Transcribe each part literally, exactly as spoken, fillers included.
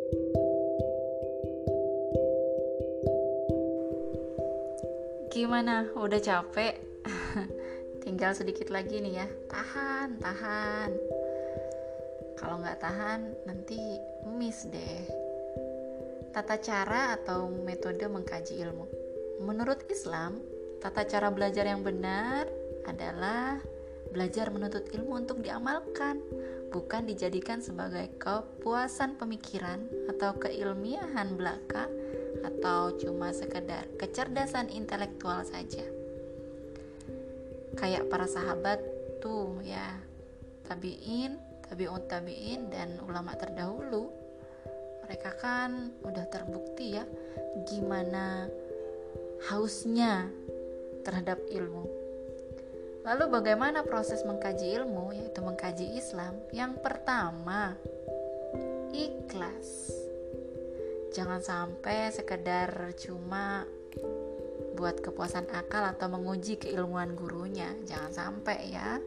Gimana? Udah capek? Tinggal sedikit lagi nih ya. Tahan, tahan. Kalau nggak tahan, nanti miss deh. Tata cara atau metode mengkaji ilmu. Menurut Islam, tata cara belajar yang benar adalah belajar menuntut ilmu untuk diamalkan, bukan dijadikan sebagai kepuasan pemikiran atau keilmiahan belaka atau cuma sekedar kecerdasan intelektual saja. Kayak para sahabat tuh ya, tabi'in, tabi'ut tabi'in dan ulama terdahulu. Mereka kan udah terbukti ya gimana hausnya terhadap ilmu. Lalu bagaimana proses mengkaji ilmu, yaitu mengkaji Islam? Yang pertama, ikhlas. Jangan sampai sekedar cuma buat kepuasan akal atau menguji keilmuan gurunya. Jangan sampai ya.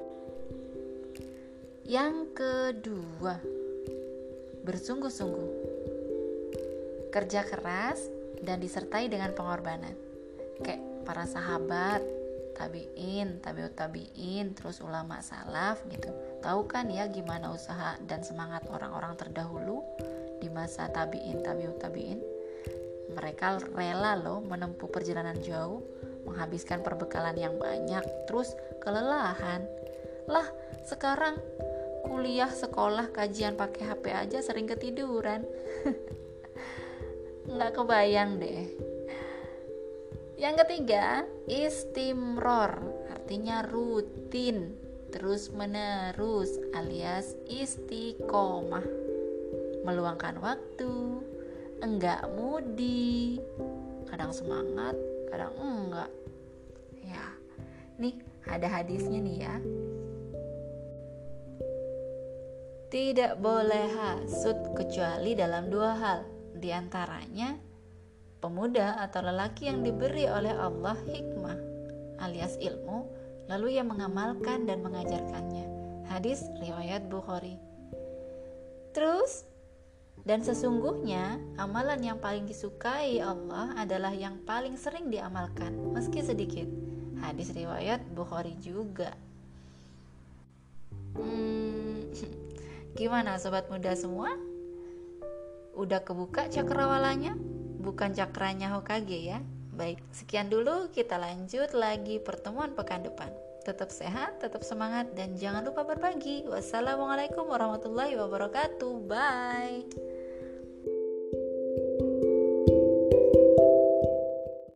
Yang kedua, bersungguh-sungguh. Kerja keras dan disertai dengan pengorbanan. Kayak para sahabat, tabi'in, tabi'ut tabi'in, terus ulama salaf gitu. Tahu kan ya gimana usaha dan semangat orang-orang terdahulu di masa tabi'in, tabi'ut tabi'in. Mereka rela loh menempuh perjalanan jauh, menghabiskan perbekalan yang banyak, terus kelelahan. Lah, sekarang kuliah, sekolah, kajian pakai H P aja sering ketiduran. Nggak kebayang deh. Yang ketiga, istimror, artinya rutin, terus menerus, alias istiqomah. Meluangkan waktu, enggak mudi, kadang semangat, kadang enggak. Ya, nih ada hadisnya nih ya. Tidak boleh hasud kecuali dalam dua hal. Di antaranya, pemuda atau lelaki yang diberi oleh Allah hikmah alias ilmu, lalu ia mengamalkan dan mengajarkannya. Hadis riwayat Bukhari. Terus, dan sesungguhnya amalan yang paling disukai Allah adalah yang paling sering diamalkan, meski sedikit. Hadis riwayat Bukhari juga. Hmm, gimana sobat muda semua? Udah kebuka cakrawalanya? Bukan cakranya Hokage ya. Baik, sekian dulu, kita lanjut lagi pertemuan pekan depan. Tetap sehat, tetap semangat, dan jangan lupa berbagi. Wassalamualaikum warahmatullahi wabarakatuh. Bye.